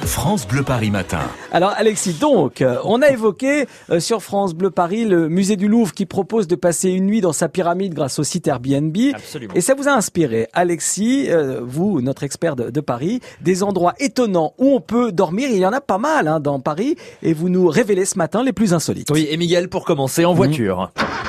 France Bleu Paris Matin. Alors Alexis, donc, on a évoqué sur France Bleu Paris le musée du Louvre qui propose de passer une nuit dans sa pyramide grâce au site Airbnb. Absolument. Et ça vous a inspiré, Alexis, vous, notre expert de Paris, des endroits étonnants où on peut dormir. Il y en a pas mal dans Paris et vous nous révélez ce matin les plus insolites. Oui, et Miguel, pour commencer, en voiture.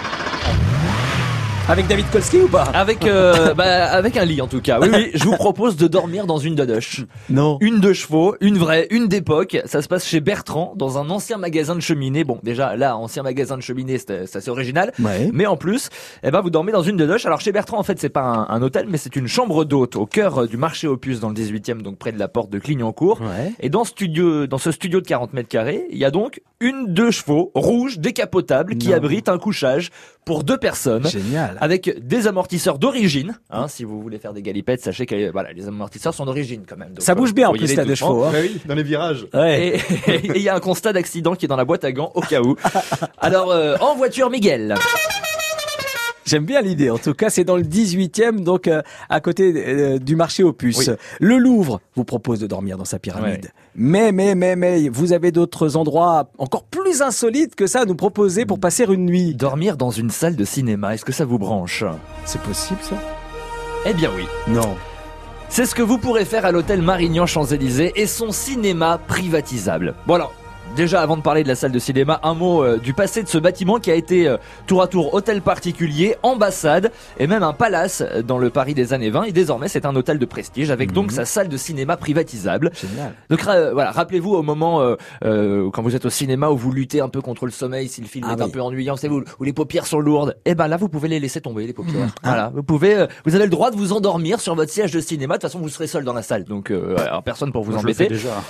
Avec David Kolski ou pas? Avec un lit en tout cas. Oui, je vous propose de dormir dans une dodoche. Non. Une de chevaux, une vraie, une d'époque. Ça se passe chez Bertrand, dans un ancien magasin de cheminée. Bon, déjà, là, ancien magasin de cheminée, c'est assez original. Ouais. Mais en plus, vous dormez dans une dodoche. Alors chez Bertrand, en fait, c'est pas un hôtel, mais c'est une chambre d'hôte au cœur du marché aux puces dans le 18e, donc près de la porte de Clignancourt. Ouais. Et dans ce studio de 40 mètres carrés, il y a donc une 2 chevaux rouge décapotable qui abrite un couchage pour 2 personnes. Génial. Avec des amortisseurs d'origine. Si vous voulez faire des galipettes, sachez que les amortisseurs sont d'origine quand même. Donc, Ça bouge bien en plus voyez-les là tout de devant. chevaux. Oui, dans les virages. Ouais. Et il y a un constat d'accident qui est dans la boîte à gants au cas où. Alors, en voiture, Miguel. J'aime bien l'idée. En tout cas, c'est dans le 18e, donc à côté du marché aux puces. Oui. Le Louvre vous propose de dormir dans sa pyramide. Mais, vous avez d'autres endroits encore plus insolites que ça à nous proposer pour passer une nuit. Dormir dans une salle de cinéma, est-ce que ça vous branche? C'est possible, ça? Eh bien oui. Non. C'est ce que vous pourrez faire à l'hôtel Marignan Champs-Élysées et son cinéma privatisable. Bon alors, déjà avant de parler de la salle de cinéma, un mot du passé de ce bâtiment qui a été tour à tour hôtel particulier, ambassade et même un palace dans le Paris des années 20. Et désormais c'est un hôtel de prestige avec donc sa salle de cinéma privatisable. Génial. Donc voilà, rappelez-vous au moment quand vous êtes au cinéma où vous luttez un peu contre le sommeil si le film est un peu ennuyant, c'est vous, où les paupières sont lourdes. Et ben là vous pouvez les laisser tomber les paupières. Voilà, vous avez le droit de vous endormir sur votre siège de cinéma. De toute façon vous serez seul dans la salle, donc personne pour vous embêter.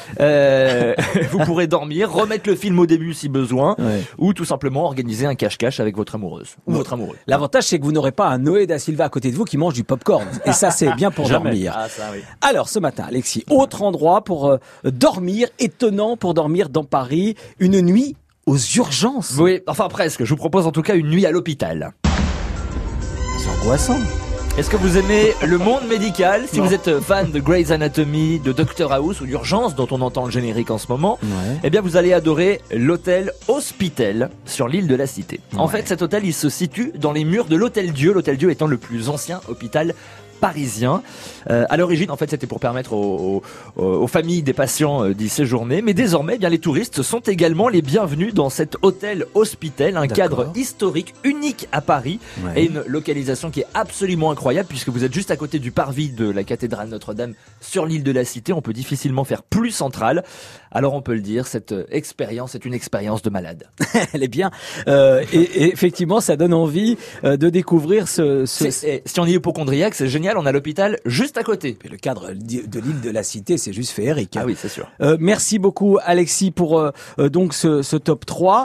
Vous pourrez dormir, remettre le film au début si besoin, ou tout simplement organiser un cache-cache avec votre amoureuse ou votre amoureux. L'avantage, c'est que vous n'aurez pas un Noé da Silva à côté de vous qui mange du popcorn. Et ça, c'est bien pour dormir. Ah, ça, oui. Alors, ce matin, Alexis, autre endroit pour dormir, étonnant pour dormir dans Paris, une nuit aux urgences. Oui, enfin presque. Je vous propose en tout cas une nuit à l'hôpital. C'est angoissant. Est-ce que vous aimez le monde médical? Si vous êtes fan de Grey's Anatomy, de Dr House ou d'Urgence, dont on entend le générique en ce moment, eh bien vous allez adorer l'hôtel Hospital sur l'île de la Cité. En fait, cet hôtel, il se situe dans les murs de l'Hôtel Dieu étant le plus ancien hôpital parisien. À l'origine, en fait, c'était pour permettre aux familles des patients d'y séjourner. Mais désormais, eh bien, les touristes sont également les bienvenus dans cet hôtel Hospital, un cadre historique unique à Paris et une localisation qui est absolument incroyable puisque vous êtes juste à côté du parvis de la cathédrale Notre-Dame sur l'île de la Cité. On peut difficilement faire plus central. Alors, on peut le dire, cette expérience est une expérience de malade. Elle est bien. Et effectivement, ça donne envie de découvrir si on est hypocondriaque, c'est génial. On a l'hôpital juste à côté. Et le cadre de l'île de la Cité, c'est juste féerique. Ah oui, c'est sûr. Merci beaucoup, Alexis, pour donc ce top 3.